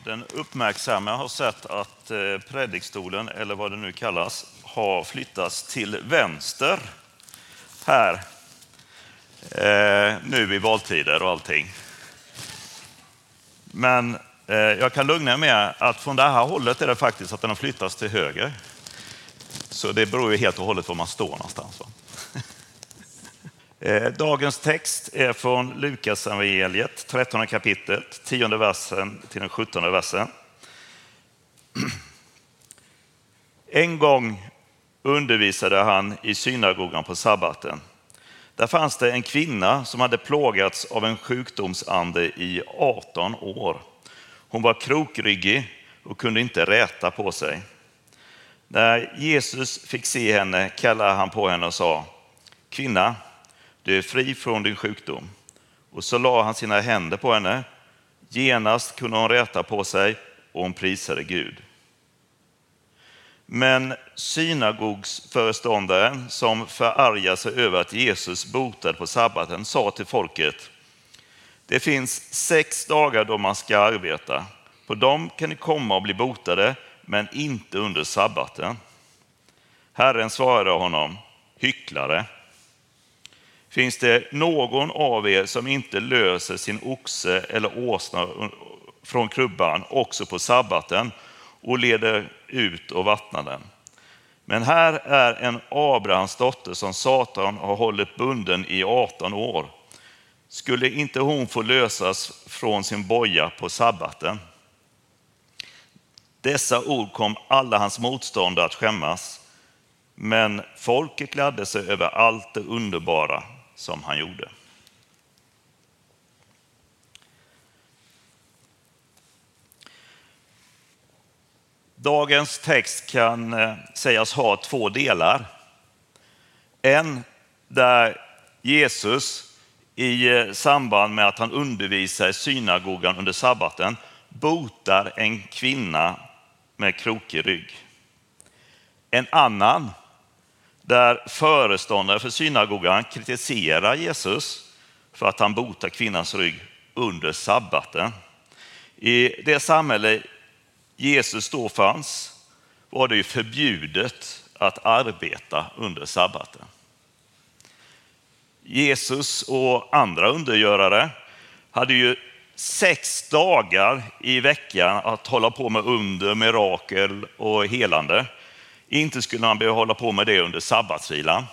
Den uppmärksamma har sett att predikstolen, eller vad det nu kallas, har flyttats till vänster här nu i valtider och allting. Men jag kan lugna med att från det här hållet är det faktiskt att den har flyttats till höger. Så det beror ju helt och hållet var man står någonstans. Dagens text är från Lukas evangeliet, 13 kapitlet, 10 versen till den 17 versen. En gång undervisade han i synagogan på sabbaten. Där fanns det en kvinna som hade plågats av en sjukdomsande i 18 år. Hon var krokryggig och kunde inte räta på sig. När Jesus fick se henne kallade han på henne och sa: Kvinna, du är fri från din sjukdom. Och så la han sina händer på henne. Genast kunde hon räta på sig och hon prisade Gud. Men synagogsföreståndaren, som förargade sig över att Jesus botade på sabbaten, sa till folket: Det finns 6 dagar då man ska arbeta. På dem kan ni komma och bli botade, men inte under sabbaten. Herren svarade honom: Hycklare. Finns det någon av er som inte löser sin oxe eller åsna från krubban också på sabbaten och leder ut och vattnar den? Men här är en Abrahams dotter som Satan har hållit bunden i 18 år. Skulle inte hon få lösas från sin boja på sabbaten? Dessa ord kom alla hans motståndare att skämmas. Men folket gladde sig över allt det underbara som han gjorde. Dagens text kan sägas ha 2 delar. En där Jesus i samband med att han undervisar i synagogan under sabbaten botar en kvinna med krokig rygg. En annan där föreståndare för synagogan kritiserar Jesus för att han botar kvinnans rygg under sabbaten. I det samhälle Jesus då fanns var det ju förbjudet att arbeta under sabbaten. Jesus och andra undergörare hade ju 6 dagar i veckan att hålla på med under, mirakel och helande. Inte skulle man behöva hålla på med det under sabbatsvilan.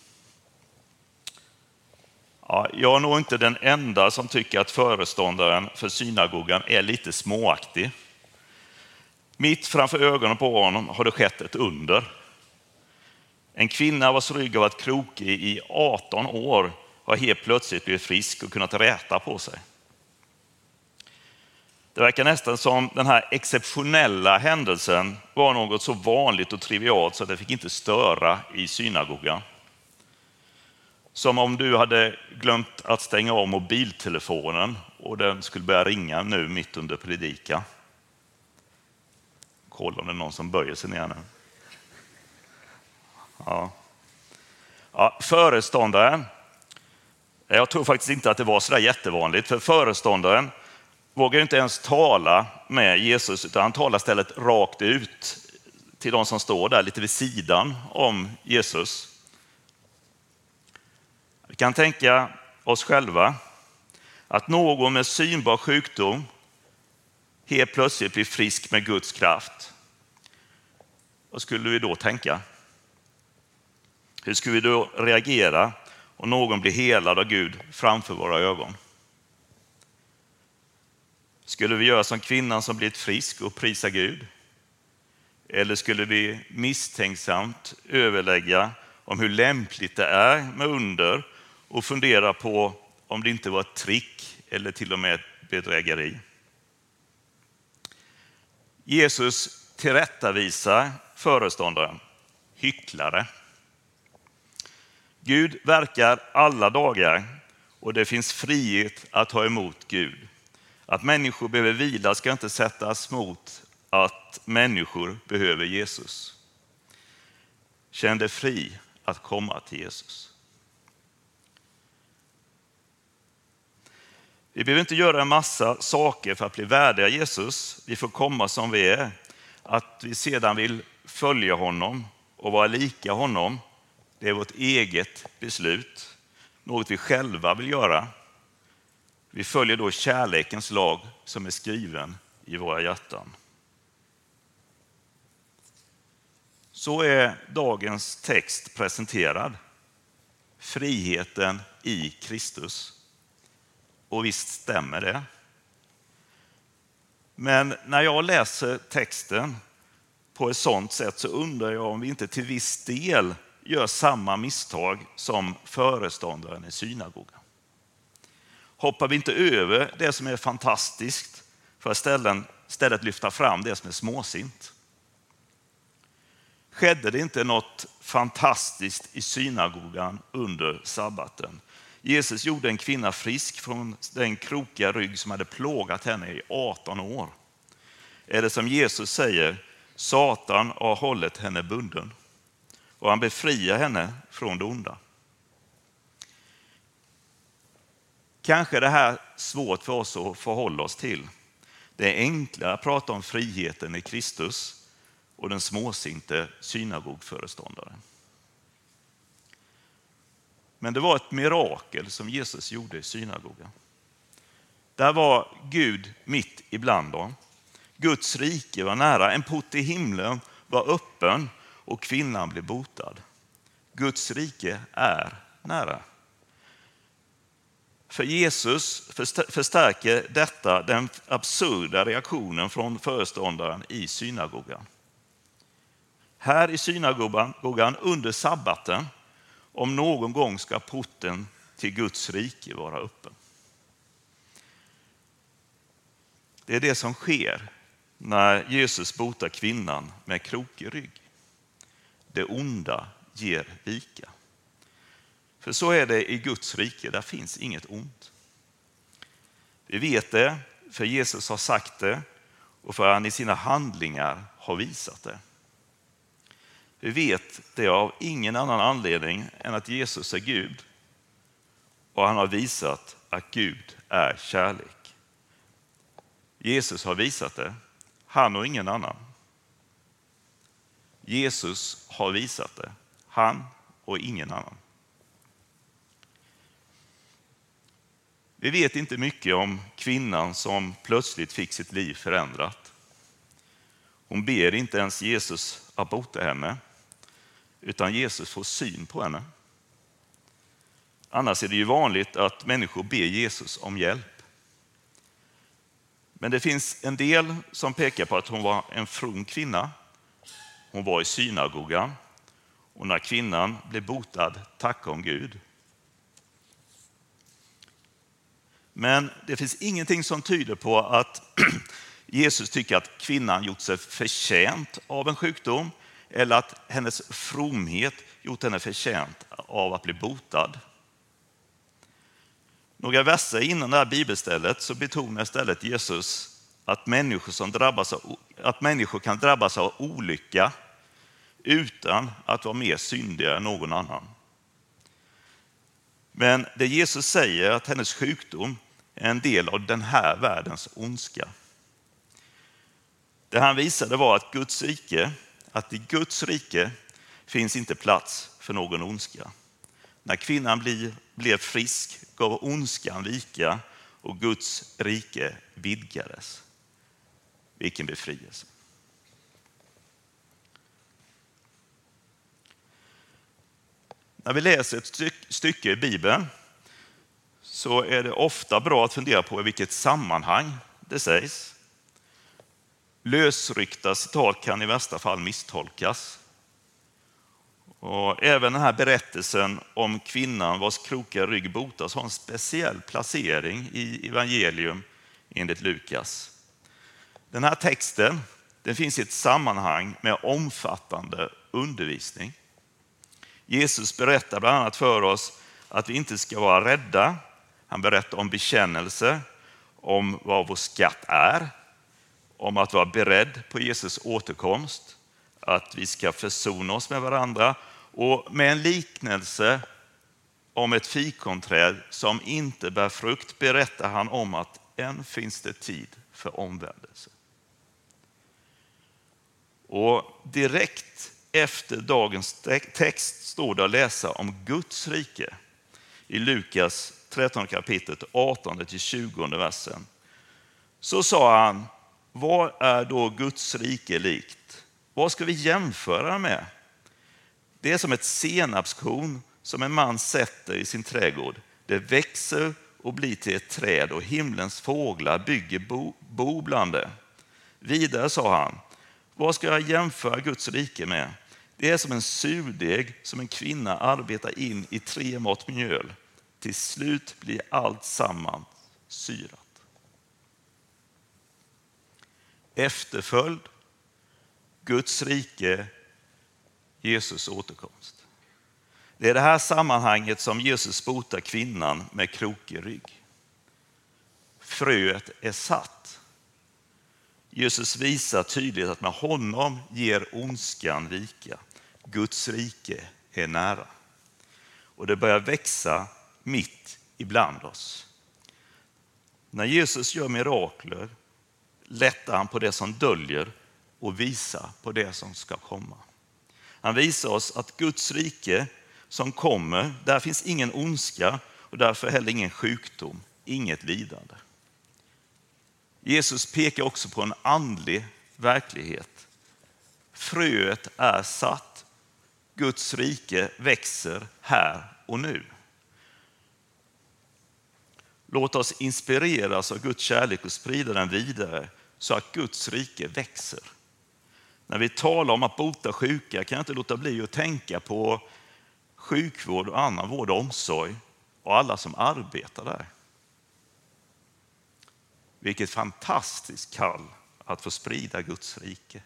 Ja, jag är nog inte den enda som tycker att föreståndaren för synagogan är lite småaktig. Mitt framför ögonen på honom har det skett ett under. En kvinna vars rygg har varit krokig i 18 år har helt plötsligt blivit frisk och kunnat räta på sig. Det verkar nästan som den här exceptionella händelsen var något så vanligt och trivialt så att det fick inte störa i synagogan. Som om du hade glömt att stänga av mobiltelefonen och den skulle börja ringa nu mitt under predikan. Kolla om det är någon som böjer sig ner nu. Ja, föreståndaren. Jag tror faktiskt inte att det var så där jättevanligt, för föreståndaren vågar inte ens tala med Jesus, utan han talar istället rakt ut till de som står där lite vid sidan om Jesus. Vi kan tänka oss själva att någon med synbar sjukdom helt plötsligt blir frisk med Guds kraft. Vad skulle vi då tänka? Hur skulle vi då reagera om någon blir helad av Gud framför våra ögon? Skulle vi göra som kvinnan som blivit frisk och prisa Gud? Eller skulle vi misstänksamt överlägga om hur lämpligt det är med under och fundera på om det inte var ett trick eller till och med ett bedrägeri? Jesus tillrättavisar föreståndaren: hycklare. Gud verkar alla dagar och det finns frihet att ta emot Gud. Att människor behöver vila ska inte sättas mot att människor behöver Jesus. Känn dig fri att komma till Jesus. Vi behöver inte göra en massa saker för att bli värdiga Jesus. Vi får komma som vi är. Att vi sedan vill följa honom och vara lika honom, det är vårt eget beslut. Något vi själva vill göra. Vi följer då kärlekens lag som är skriven i våra hjärtan. Så är dagens text presenterad. Friheten i Kristus. Och visst stämmer det. Men när jag läser texten på ett sådant sätt så undrar jag om vi inte till viss del gör samma misstag som föreståndaren i synagogan. Hoppar vi inte över det som är fantastiskt för att istället lyfta fram det som är småsint? Skedde det inte något fantastiskt i synagogan under sabbaten? Jesus gjorde en kvinna frisk från den krokiga rygg som hade plågat henne i 18 år. Eller som Jesus säger, Satan har hållit henne bunden och han befriar henne från det onda. Kanske är det här svårt för oss att förhålla oss till. Det är enklare att prata om friheten i Kristus och den småsinte synagogföreståndaren. Men det var ett mirakel som Jesus gjorde i synagogan. Där var Gud mitt ibland dem. Guds rike var nära. En port i himlen var öppen och kvinnan blev botad. Guds rike är nära. För Jesus förstärker detta den absurda reaktionen från föreståndaren i synagogan. Här i synagogan under sabbaten, om någon gång ska porten till Guds rike vara öppen. Det är det som sker när Jesus botar kvinnan med krokig rygg. Det onda ger vika. För så är det i Guds rike, där finns inget ont. Vi vet det, för Jesus har sagt det och för han i sina handlingar har visat det. Vi vet det av ingen annan anledning än att Jesus är Gud och han har visat att Gud är kärlek. Jesus har visat det, han och ingen annan. Jesus har visat det, han och ingen annan. Vi vet inte mycket om kvinnan som plötsligt fick sitt liv förändrat. Hon ber inte ens Jesus att bota henne, utan Jesus får syn på henne. Annars är det ju vanligt att människor ber Jesus om hjälp. Men det finns en del som pekar på att hon var en from kvinna. Hon var i synagogan och när kvinnan blev botad tackade hon Gud. Men det finns ingenting som tyder på att Jesus tycker att kvinnan gjort sig förtjänt av en sjukdom eller att hennes fromhet gjort henne förtjänt av att bli botad. Några verser innan det här bibelstället så betonar istället Jesus att människor kan drabbas av olycka utan att vara mer syndiga än någon annan. Men det Jesus säger att hennes sjukdom är en del av den här världens ondska. Det han visade var att i Guds rike finns inte plats för någon ondska. När kvinnan blev frisk gav ondskan vika och Guds rike vidgades. Vilken befrielse. När vi läser ett stycke i Bibeln så är det ofta bra att fundera på i vilket sammanhang det sägs. Lösryckta citat kan i värsta fall misstolkas. Och även den här berättelsen om kvinnan vars krokiga rygg botas har en speciell placering i evangelium enligt Lukas. Den här texten den finns i ett sammanhang med omfattande undervisning. Jesus berättar bland annat för oss att vi inte ska vara rädda. Han berättar om bekännelse, om vad vår skatt är, om att vara beredd på Jesus återkomst, att vi ska försona oss med varandra och med en liknelse om ett fikonträd som inte bär frukt berättar han om att än finns det tid för omvändelse. Och direkt efter dagens text står det att läsa om Guds rike i Lukas 13 kapitlet 18-20 versen. Så sa han, vad är då Guds rike likt? Vad ska vi jämföra med? Det är som ett senapskorn som en man sätter i sin trädgård. Det växer och blir till ett träd och himlens fåglar bygger bo bland det. Vidare sa han, vad ska jag jämföra Guds rike med? Det är som en surdeg som en kvinna arbetar in i 3 mått mjöl. Till slut blir allt samman syrat. Efterföljd, Guds rike, Jesus återkomst. Det är det här sammanhanget som Jesus botar kvinnan med krokig rygg. Fröet är satt. Jesus visar tydligt att med honom ger ondskan vika. Guds rike är nära. Och det börjar växa mitt ibland oss. När Jesus gör mirakler lättar han på det som döljer och visar på det som ska komma. Han visar oss att Guds rike som kommer, där finns ingen ondska och därför heller ingen sjukdom, inget lidande. Jesus pekar också på en andlig verklighet. Fröet är satt. Guds rike växer här och nu. Låt oss inspireras av Guds kärlek och sprida den vidare så att Guds rike växer. När vi talar om att bota sjuka kan jag inte låta bli att tänka på sjukvård och annan vård och omsorg och alla som arbetar där. Vilket fantastiskt kall att få sprida Guds rike.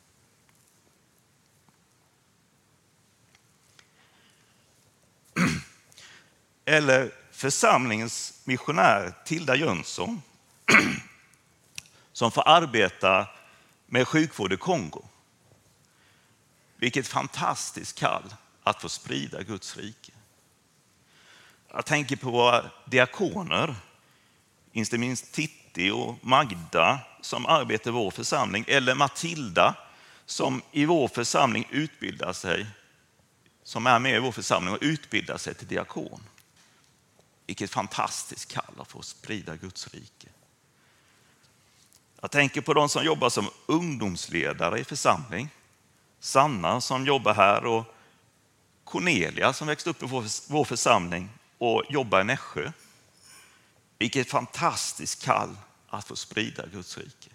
Eller församlingens missionär Tilda Jönsson som får arbeta med sjukvård i Kongo. Vilket fantastiskt kall att få sprida Guds rike. Jag tänker på våra diakoner, inte minst Titti och Magda som arbetar i vår församling, eller Matilda som i vår församling utbildar sig, som är med i vår församling och utbildar sig till diakon. Vilket fantastiskt kall att få sprida Guds rike. Jag tänker på de som jobbar som ungdomsledare i församling. Sanna som jobbar här och Cornelia som växte upp i vår församling och jobbar i Nässjö. Vilket fantastiskt kall att få sprida Guds rike.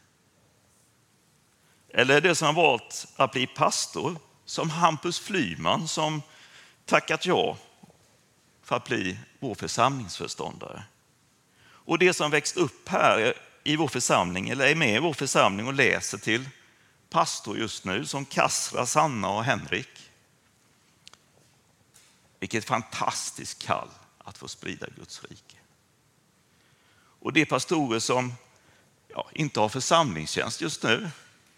Eller det som har valt att bli pastor som Hampus Flyman som tackat ja för att bli vår församlingsförståndare. Och det som växt upp här i vår församling eller är med i vår församling och läser till pastor just nu som Kassra, Sanna och Henrik. Vilket fantastiskt kall att få sprida Guds rike. Och de pastorer som inte har församlingstjänst just nu.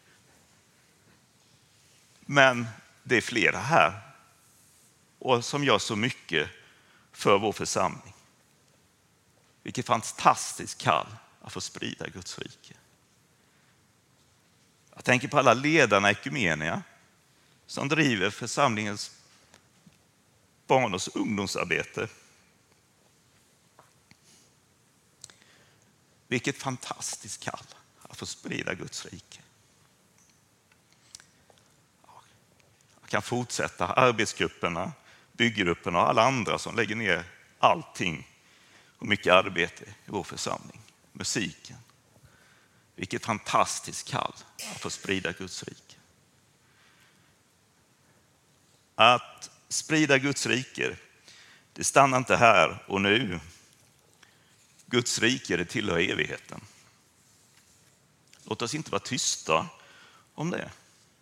Men det är flera här och som gör så mycket för vår församling. Vilket fantastiskt kall att få sprida Guds rike. Jag tänker på alla ledarna i Ekumenia som driver församlingens barn- och ungdomsarbete. Vilket fantastiskt kall att få sprida Guds rike. Jag kan fortsätta arbetsgrupperna, bygggrupperna och alla andra som lägger ner allting och mycket arbete i vår församling. Musiken. Vilket fantastiskt kall att få sprida Guds rike. Att sprida Guds rike, det stannar inte här och nu. Guds rike, det tillhör evigheten. Låt oss inte vara tysta om det.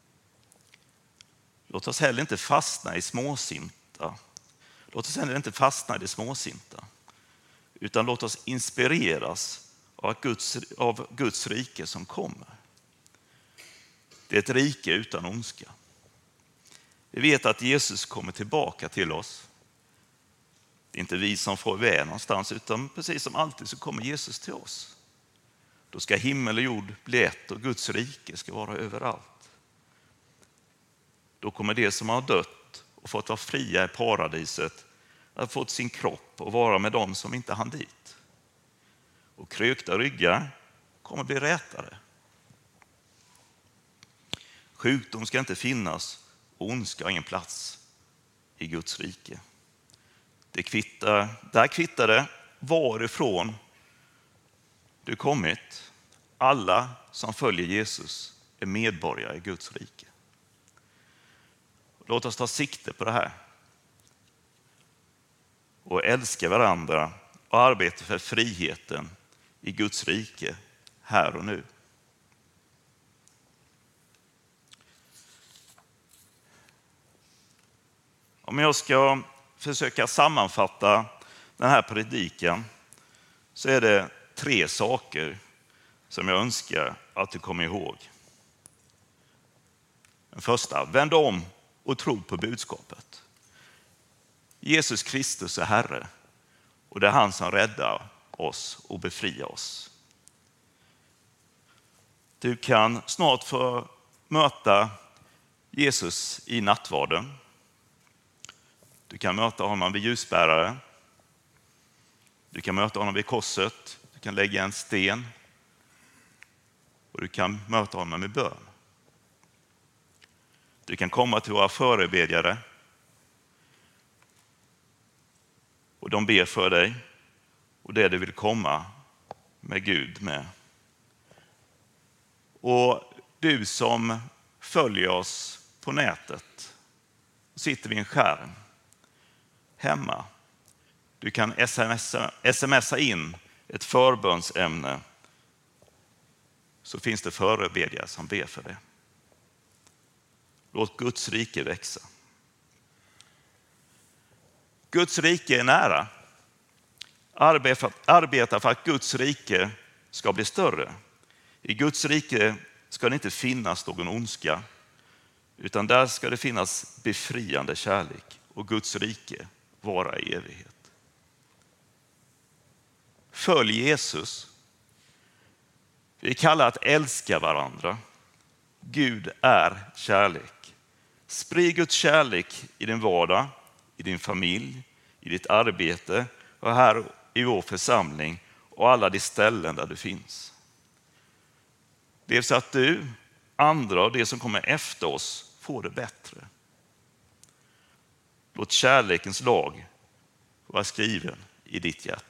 Låt oss heller inte fastna i småsinta. Låt oss heller inte fastna i det småsinta. Utan låt oss inspireras av Guds rike som kommer. Det är ett rike utan ondska. Vi vet att Jesus kommer tillbaka till oss. Det Det är inte vi som får iväg någonstans, utan precis som alltid så kommer Jesus till oss. Då ska himmel och jord bli ett och Guds rike ska vara överallt. Då kommer det som har dött och fått vara fria i paradiset att få sin kropp och vara med dem som inte hann dit. Och krökta ryggar kommer bli rätade. Sjukdom ska inte finnas och ondska har ingen plats i Guds rike. Där kvittar det varifrån du kommit. Alla som följer Jesus är medborgare i Guds rike. Låt oss ta sikte på det här. Och älska varandra och arbeta för friheten i Guds rike här och nu. Om jag ska försöka sammanfatta den här predikan så är det 3 saker som jag önskar att du kommer ihåg. Den första, vänd om och tro på budskapet. Jesus Kristus är Herre och det är han som räddar oss och befriar oss. Du kan snart få möta Jesus i nattvarden. Du kan möta honom vid ljusbärare. Du kan möta honom vid korset. Du kan lägga en sten. Och du kan möta honom med bön. Du kan komma till våra förebedjare. Och de ber för dig. Och det du vill komma med Gud med. Och du som följer oss på nätet. Sitter vid en skärm. Hemma. Du kan smsa in ett förbönsämne så finns det förebedjare som ber för det. Låt Guds rike växa. Guds rike är nära. Arbeta för att Guds rike ska bli större. I Guds rike ska det inte finnas någon ondska, utan där ska det finnas befriande kärlek och Guds rike vara i evighet. Följ Jesus. Vi kallar att älska varandra. Gud är kärlek. Sprid Guds kärlek i din vardag, i din familj, i ditt arbete och här i vår församling och alla de ställen där du finns. Det är så att du, andra och det som kommer efter oss får det bättre. Låt kärlekens lag vara skriven i ditt hjärta.